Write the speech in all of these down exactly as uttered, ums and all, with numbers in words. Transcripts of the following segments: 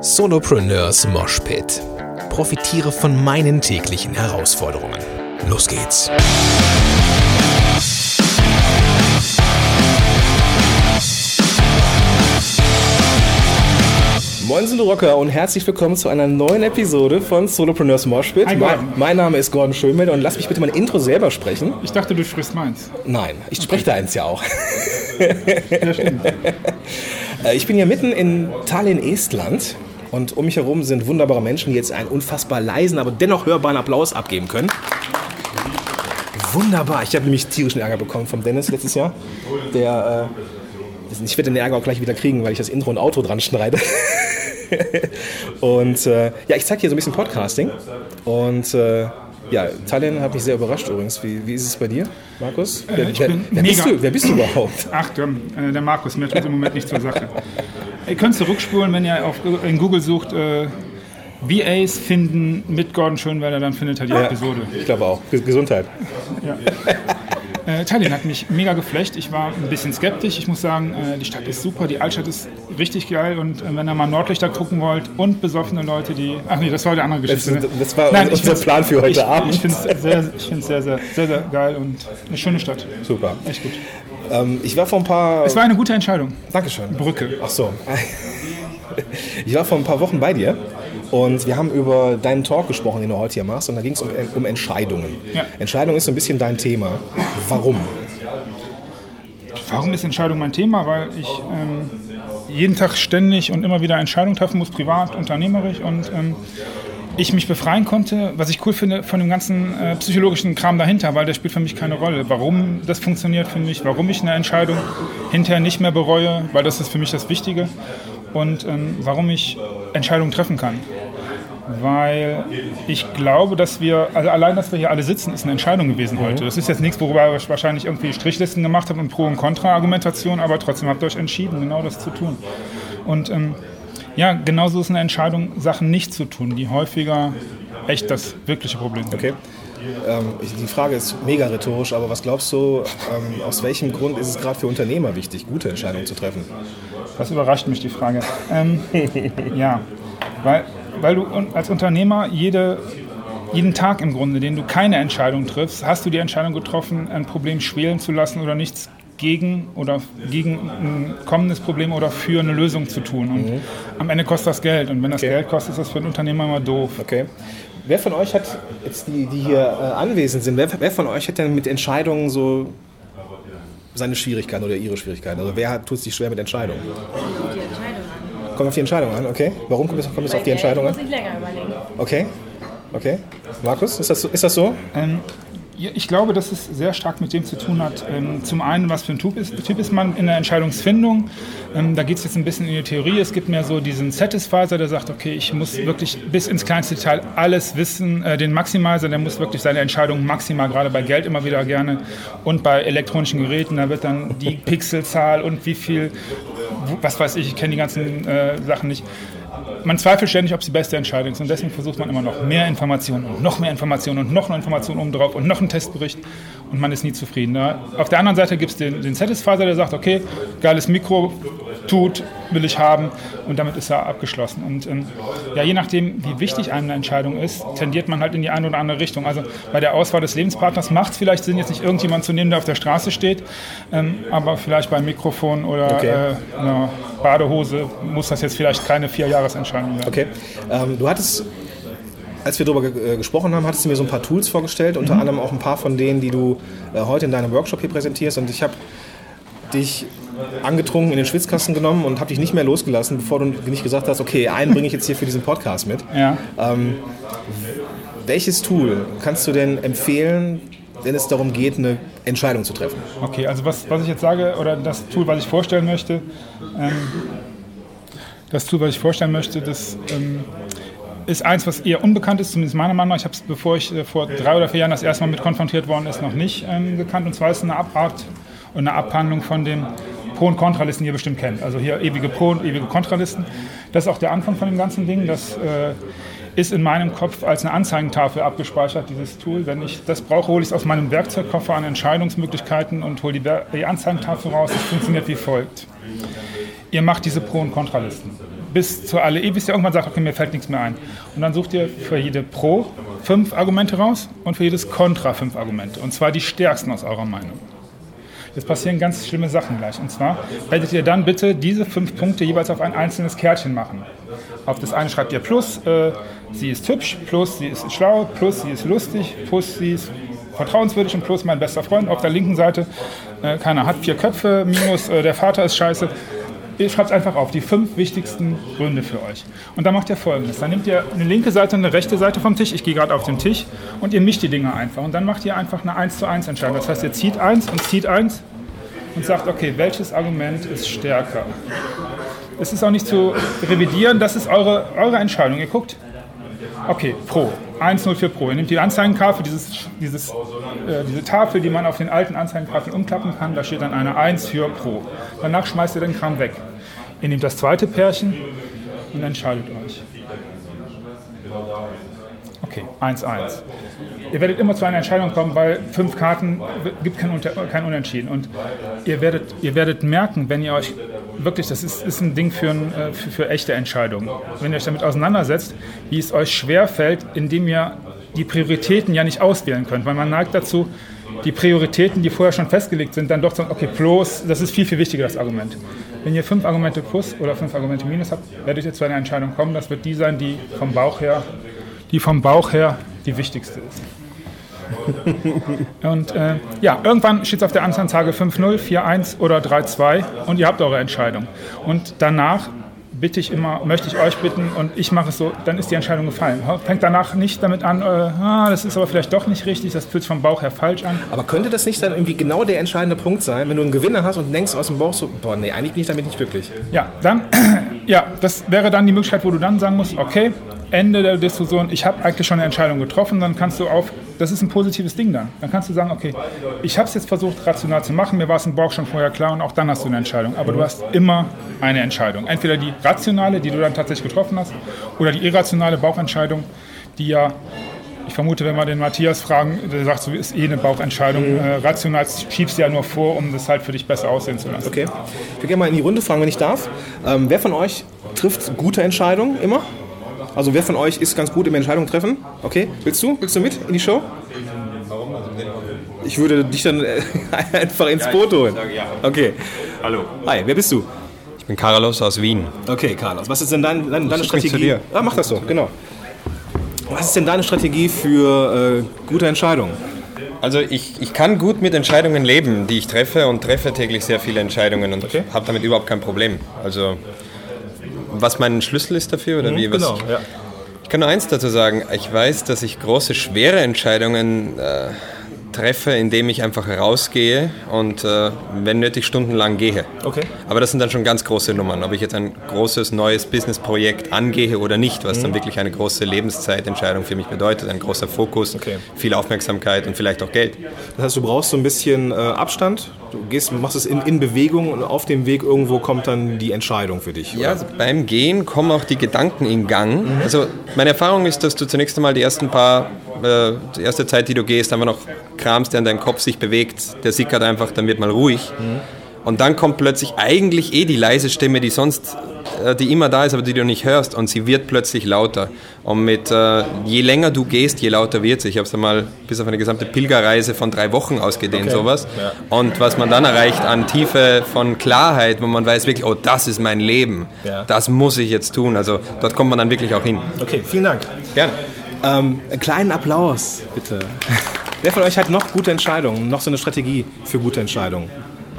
Solopreneurs Moshpit. Profitiere von meinen täglichen Herausforderungen. Los geht's! Moin Solo Rocker und herzlich willkommen zu einer neuen Episode von Solopreneurs Moshpit. Mein, mein Name ist Gordon Schönmelder und lass mich bitte mein Intro selber sprechen. Ich dachte, du sprichst meins. Nein, ich spreche okay. da eins ja auch. Ja, stimmt. Ich bin hier mitten in Tallinn, Estland. Und um mich herum sind wunderbare Menschen, die jetzt einen unfassbar leisen, aber dennoch hörbaren Applaus abgeben können. Wunderbar. Ich habe nämlich tierischen Ärger bekommen vom Dennis letztes Jahr. Der, äh, ich werde den Ärger auch gleich wieder kriegen, weil ich das Intro und Outro dran schneide. Und äh, ja, ich zeige hier so ein bisschen Podcasting. Und äh, ja, Tallinn hat mich sehr überrascht übrigens. Wie, wie ist es bei dir, Markus? Äh, wer, ich wer, bin wer, mega. Bist du, wer bist du überhaupt? Ach, der, äh, der Markus, mir tut im Moment nichts zur Sache. Ihr könnt zurückspulen, wenn ihr auf, in Google sucht, äh, V As finden mit Gordon Schönmelder, dann findet ihr die ja, Episode. Ich glaube auch. Gesundheit. Ja. Äh, Tallinn hat mich mega geflecht. Ich war ein bisschen skeptisch. Ich muss sagen, äh, die Stadt ist super, die Altstadt ist richtig geil. Und äh, wenn ihr mal Nordlichter gucken wollt und besoffene Leute, die... Ach nee, das war eine andere Geschichte. Das, das war Nein, unser Plan für heute ich, Abend. Ich finde es sehr, sehr, sehr, sehr, sehr geil und eine schöne Stadt. Super. Echt gut. Ähm, ich war vor ein paar... Es war eine gute Entscheidung. Dankeschön. Brücke. Ach so. Ich war vor ein paar Wochen bei dir. Und wir haben über deinen Talk gesprochen, den du heute hier machst. Und da ging es um, um Entscheidungen. Ja. Entscheidung ist so ein bisschen dein Thema. Warum? Warum ist Entscheidung mein Thema? Weil ich ähm, jeden Tag ständig und immer wieder Entscheidungen treffen muss, privat, unternehmerisch. Und ähm, ich mich befreien konnte, was ich cool finde, von dem ganzen äh, psychologischen Kram dahinter, weil der spielt für mich keine Rolle. Warum das funktioniert für mich, warum ich eine Entscheidung hinterher nicht mehr bereue, weil das ist für mich das Wichtige. Und ähm, warum ich Entscheidungen treffen kann. Weil ich glaube, dass wir, also allein, dass wir hier alle sitzen, ist eine Entscheidung gewesen heute. Das ist jetzt nichts, worüber ihr wahrscheinlich irgendwie Strichlisten gemacht habt und Pro- und Kontra-Argumentation, aber trotzdem habt ihr euch entschieden, genau das zu tun. Und ähm, ja, genauso ist eine Entscheidung, Sachen nicht zu tun, die häufiger echt das wirkliche Problem sind. Okay. Ähm, die Frage ist mega rhetorisch, aber was glaubst du, ähm, aus welchem Grund ist es gerade für Unternehmer wichtig, gute Entscheidungen zu treffen? Das überrascht mich, die Frage. Ähm, ja, weil, weil du als Unternehmer jede, jeden Tag im Grunde, den du keine Entscheidung triffst, hast du die Entscheidung getroffen, ein Problem schwelen zu lassen oder nichts gegen oder gegen ein kommendes Problem oder für eine Lösung zu tun. Und mhm. am Ende kostet das Geld. Und wenn das okay. Geld kostet, ist das für einen Unternehmer immer doof. Okay. Wer von euch hat, jetzt die, die hier äh, anwesend sind, wer, wer von euch hat denn mit Entscheidungen so seine Schwierigkeiten oder ihre Schwierigkeiten? Also wer hat, tut es sich schwer mit Entscheidungen? Kommt auf die Entscheidung an. Kommt auf die Entscheidung an, okay. Warum kommt es, kommt es auf die Entscheidung an? Muss ich länger überlegen. Okay, okay. Markus, ist das so? Ist das so? Ähm, Ich glaube, dass es sehr stark mit dem zu tun hat. Zum einen, was für ein Typ ist, typ ist man in der Entscheidungsfindung. Da geht es jetzt ein bisschen in die Theorie. Es gibt mehr so diesen Satisfizer, der sagt, okay, ich muss wirklich bis ins kleinste Detail alles wissen. Den Maximizer, der muss wirklich seine Entscheidung maximal, gerade bei Geld immer wieder gerne und bei elektronischen Geräten, da wird dann die Pixelzahl und wie viel, was weiß ich, ich kenne die ganzen äh, Sachen nicht. Man zweifelt ständig, ob es die beste Entscheidung ist und deswegen versucht man immer noch mehr Informationen und noch mehr Informationen und noch eine Information oben drauf und noch einen Testbericht und man ist nie zufrieden. Ja. Auf der anderen Seite gibt es den, den Satisfizer, der sagt, okay, geiles Mikro, tut, will ich haben und damit ist er abgeschlossen. Und ähm, ja, je nachdem, wie wichtig einem eine Entscheidung ist, tendiert man halt in die eine oder andere Richtung. Also bei der Auswahl des Lebenspartners macht es vielleicht Sinn, jetzt nicht irgendjemand zu nehmen, der auf der Straße steht, ähm, aber vielleicht beim Mikrofon oder okay. äh, einer Badehose muss das jetzt vielleicht keine Vierjahresentscheidung sein. Okay. Ähm, du hattest, als wir darüber ge- gesprochen haben, hattest du mir so ein paar Tools vorgestellt, unter mhm. anderem auch ein paar von denen, die du äh, heute in deinem Workshop hier präsentierst und ich habe dich angetrunken in den Schwitzkasten genommen und habe dich nicht mehr losgelassen, bevor du nicht gesagt hast, okay, einen bringe ich jetzt hier für diesen Podcast mit. Ja. Ähm, welches Tool kannst du denn empfehlen, wenn es darum geht, eine Entscheidung zu treffen? Okay, also was, was ich jetzt sage, oder das Tool, was ich vorstellen möchte, ähm, das Tool, was ich vorstellen möchte, das ähm, ist eins, was eher unbekannt ist, zumindest meiner Meinung nach. Ich habe es, bevor ich äh, vor drei oder vier Jahren das erste Mal mit konfrontiert worden ist, noch nicht ähm, gekannt. Und zwar ist es eine Abart und eine Abhandlung von den Pro- und Kontralisten, die ihr bestimmt kennt. Also hier ewige Pro- und ewige Kontralisten. Das ist auch der Anfang von dem ganzen Ding. Das äh, ist in meinem Kopf als eine Anzeigentafel abgespeichert, dieses Tool. Wenn ich das brauche, hole ich es aus meinem Werkzeugkoffer an Entscheidungsmöglichkeiten und hole die, die Anzeigentafel raus. Das funktioniert wie folgt. Ihr macht diese Pro- und Kontralisten. bis zur alle E, bis ihr irgendwann sagt, okay, mir fällt nichts mehr ein. Und dann sucht ihr für jede Pro fünf Argumente raus und für jedes Contra fünf Argumente. Und zwar die stärksten aus eurer Meinung. Jetzt passieren ganz schlimme Sachen gleich. Und zwar werdet ihr dann bitte diese fünf Punkte jeweils auf ein einzelnes Kärtchen machen. Auf das eine schreibt ihr Plus, äh, sie ist hübsch, Plus, sie ist schlau, Plus, sie ist lustig, Plus, sie ist vertrauenswürdig und Plus, mein bester Freund. Auf der linken Seite, äh, keiner hat vier Köpfe, Minus, äh, der Vater ist scheiße. Ihr schreibt es einfach auf, die fünf wichtigsten Gründe für euch. Und dann macht ihr Folgendes. Dann nehmt ihr eine linke Seite und eine rechte Seite vom Tisch. Ich gehe gerade auf den Tisch. Und ihr mischt die Dinge einfach. Und dann macht ihr einfach eine eins zu eins Entscheidung. Das heißt, ihr zieht eins und zieht eins und sagt, okay, welches Argument ist stärker? Es ist auch nicht zu revidieren, das ist eure, eure Entscheidung. Ihr guckt, okay, Pro, eins null für Pro. Ihr nehmt die Anzeigentafel, dieses, dieses, äh, diese Tafel, die man auf den alten Anzeigentafeln umklappen kann, da steht dann eine eins für Pro. Danach schmeißt ihr den Kram weg. Ihr nehmt das zweite Pärchen und entscheidet euch. Okay, eins eins. Ihr werdet immer zu einer Entscheidung kommen, weil fünf Karten gibt kein, Unter, kein Unentschieden. Und ihr werdet, ihr werdet merken, wenn ihr euch wirklich, das ist, ist ein Ding für, ein, für, für echte Entscheidungen, wenn ihr euch damit auseinandersetzt, wie es euch schwerfällt, indem ihr die Prioritäten ja nicht auswählen könnt. Weil man neigt dazu, die Prioritäten, die vorher schon festgelegt sind, dann doch zu sagen, okay, plus, das ist viel, viel wichtiger, das Argument. Wenn ihr fünf Argumente plus oder fünf Argumente minus habt, werdet ihr zu einer Entscheidung kommen. Das wird die sein, die vom Bauch her, die vom Bauch her die wichtigste ist. Und äh, ja, irgendwann steht es auf der Anzeige fünf null, vier eins oder drei zwei und ihr habt eure Entscheidung. Und danach bitte ich immer, möchte ich euch bitten und ich mache es so, dann ist die Entscheidung gefallen. Fängt danach nicht damit an, äh, ah, das ist aber vielleicht doch nicht richtig, das fühlt sich vom Bauch her falsch an. Aber könnte das nicht dann irgendwie genau der entscheidende Punkt sein, wenn du einen Gewinner hast und denkst aus dem Bauch so, boah, nee, eigentlich bin ich damit nicht glücklich. Ja, dann, ja, das wäre dann die Möglichkeit, wo du dann sagen musst, okay, Ende der Diskussion, ich habe eigentlich schon eine Entscheidung getroffen, dann kannst du auf, das ist ein positives Ding dann. Dann kannst du sagen, okay, ich habe es jetzt versucht rational zu machen, mir war es im Bauch schon vorher klar und auch dann hast du eine Entscheidung. Aber du hast immer eine Entscheidung. Entweder die rationale, die du dann tatsächlich getroffen hast, oder die irrationale Bauchentscheidung, die ja, ich vermute, wenn wir den Matthias fragen, der sagt, so ist eh eine Bauchentscheidung. Mhm. Äh, rational schiebst du ja nur vor, um das halt für dich besser aussehen zu lassen. Okay. Ich will gerne mal in die Runde fragen, wenn ich darf. Ähm, wer von euch trifft gute Entscheidungen immer? Also wer von euch ist ganz gut im Entscheidungen treffen? Okay, willst du? Willst du mit in die Show? Warum? Ich würde dich dann einfach ins Boot holen. Okay. Hallo. Hi, wer bist du? Ich bin Carlos aus Wien. Okay, Carlos. Was ist denn dein, deine, deine Strategie? Zu dir. Ah, mach das so, genau. Was ist denn deine Strategie für äh, gute Entscheidungen? Also ich, ich kann gut mit Entscheidungen leben, die ich treffe und treffe täglich sehr viele Entscheidungen und okay. habe damit überhaupt kein Problem. Also was mein Schlüssel ist dafür oder mhm, wie? Was, genau, ja. Ich kann nur eins dazu sagen, ich weiß, dass ich große, schwere Entscheidungen äh, treffe, indem ich einfach rausgehe und äh, wenn nötig stundenlang gehe. Okay. Aber das sind dann schon ganz große Nummern, ob ich jetzt ein großes neues Businessprojekt angehe oder nicht, was mhm. dann wirklich eine große Lebenszeitentscheidung für mich bedeutet, ein großer Fokus, okay. viel Aufmerksamkeit und vielleicht auch Geld. Das heißt, du brauchst so ein bisschen äh, Abstand, du gehst, machst es in, in Bewegung und auf dem Weg irgendwo kommt dann die Entscheidung für dich. Oder? Ja, also beim Gehen kommen auch die Gedanken in Gang. Mhm. Also meine Erfahrung ist, dass du zunächst einmal die ersten paar, äh, die erste Zeit, die du gehst, einfach noch kramst, der an deinem Kopf sich bewegt, der sickert einfach, dann wird mal ruhig. Mhm. Und dann kommt plötzlich eigentlich eh die leise Stimme, die sonst, äh, die immer da ist, aber die du nicht hörst und sie wird plötzlich lauter. Und mit, äh, je länger du gehst, je lauter wird sie. Ich habe es einmal bis auf eine gesamte Pilgerreise von drei Wochen ausgedehnt, okay. sowas. Ja. Und was man dann erreicht an Tiefe von Klarheit, wo man weiß wirklich, oh, das ist mein Leben, ja. das muss ich jetzt tun. Also dort kommt man dann wirklich auch hin. Okay, vielen Dank. Gerne. Ähm, einen kleinen Applaus, bitte. Wer von euch hat noch gute Entscheidungen, noch so eine Strategie für gute Entscheidungen?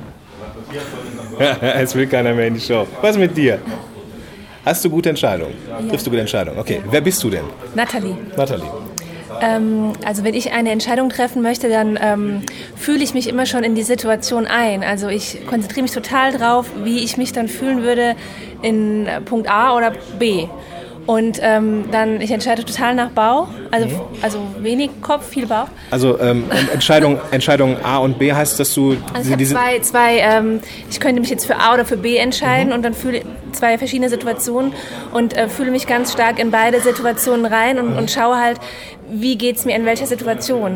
Es will keiner mehr in die Show. Was mit dir? Hast du gute Entscheidungen? Ja. Triffst du gute Entscheidungen? Okay, wer bist du denn? Nathalie. Nathalie. Ähm, also wenn ich eine Entscheidung treffen möchte, dann ähm, fühle ich mich immer schon in die Situation ein. Also ich konzentriere mich total drauf, wie ich mich dann fühlen würde in Punkt A oder B. Und ähm, dann, ich entscheide total nach Bauch, also, mhm. also wenig Kopf, viel Bauch. Also ähm, Entscheidung, Entscheidung A und B heißt, dass du... Also ich habe zwei, zwei ähm, ich könnte mich jetzt für A oder für B entscheiden mhm. und dann fühle zwei verschiedene Situationen und äh, fühle mich ganz stark in beide Situationen rein und, mhm. und schaue halt, wie geht es mir in welcher Situation.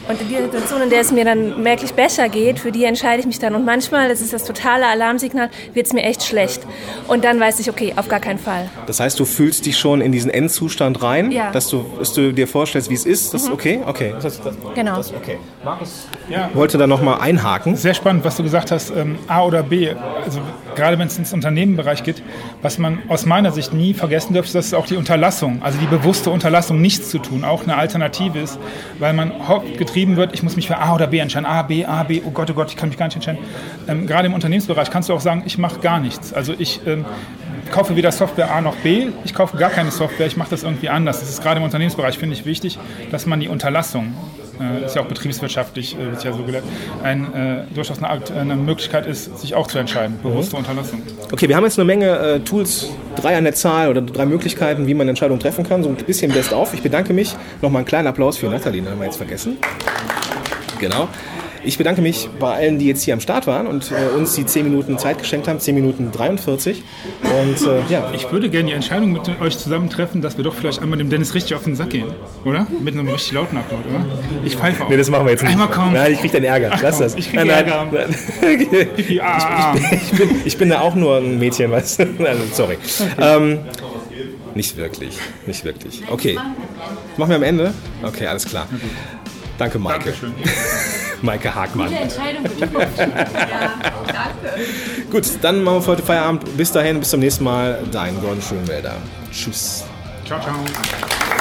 Und in der Situation, in der es mir dann merklich besser geht, für die entscheide ich mich dann. Und manchmal, das ist das totale Alarmsignal, wird es mir echt schlecht. Und dann weiß ich, okay, auf gar keinen Fall. Das heißt, du fühlst dich schon in diesen Endzustand rein, ja. dass, du, dass du dir vorstellst, wie es ist. Das ist mhm. okay? Okay. Das, das, genau. Das, okay. Markus ja. wollte da nochmal einhaken. Sehr spannend, was du gesagt hast, ähm, A oder B. Also gerade wenn es ins Unternehmenbereich geht, was man aus meiner Sicht nie vergessen dürfte, das ist auch die Unterlassung, also die bewusste Unterlassung, nichts zu tun, auch eine Alternative ist, weil man getrieben wird, ich muss mich für A oder B entscheiden, A, B, A, B, oh Gott, oh Gott, ich kann mich gar nicht entscheiden. Ähm, gerade im Unternehmensbereich kannst du auch sagen, ich mache gar nichts. Also ich ähm, kaufe weder Software A noch B, ich kaufe gar keine Software, ich mache das irgendwie anders. Das ist gerade im Unternehmensbereich, finde ich, wichtig, dass man die Unterlassung, äh, ist ja auch betriebswirtschaftlich, äh, wird ja so gelehrt, ein, äh, durchaus eine, Art, eine Möglichkeit ist, sich auch zu entscheiden, bewusste mhm. Unterlassung. Okay, wir haben jetzt eine Menge äh, Tools, drei an der Zahl oder drei Möglichkeiten, wie man Entscheidungen treffen kann, so ein bisschen best auf. Ich bedanke mich, nochmal einen kleinen Applaus für Nathalie, den haben wir jetzt vergessen. Genau. Ich bedanke mich bei allen, die jetzt hier am Start waren und äh, uns die zehn Minuten Zeit geschenkt haben, zehn Minuten dreiundvierzig. Und, äh, ja. Ich würde gerne die Entscheidung mit euch zusammentreffen, dass wir doch vielleicht einmal dem Dennis richtig auf den Sack gehen, oder? Mit einem richtig lauten Applaus, oder? Ich pfeife auch. Nee, das machen wir jetzt nicht. Einmal komm. Nein, ich krieg deinen Ärger. Ach, Lass komm, das. Ich krieg Ärger. ich, ich, ich, bin, ich bin da auch nur ein Mädchen, weißt du? Also, sorry. Okay. Ähm, nicht wirklich. Nicht wirklich. Okay. Machen wir am Ende? Okay, alles klar. Okay. Danke, Maike. Dankeschön. Maike Hagmann. Gute Entscheidung für die Zukunft. Ja, danke. Gut, dann machen wir für heute Feierabend. Bis dahin, bis zum nächsten Mal. Dein Gordon Schönwälder. Tschüss. Ciao, ciao.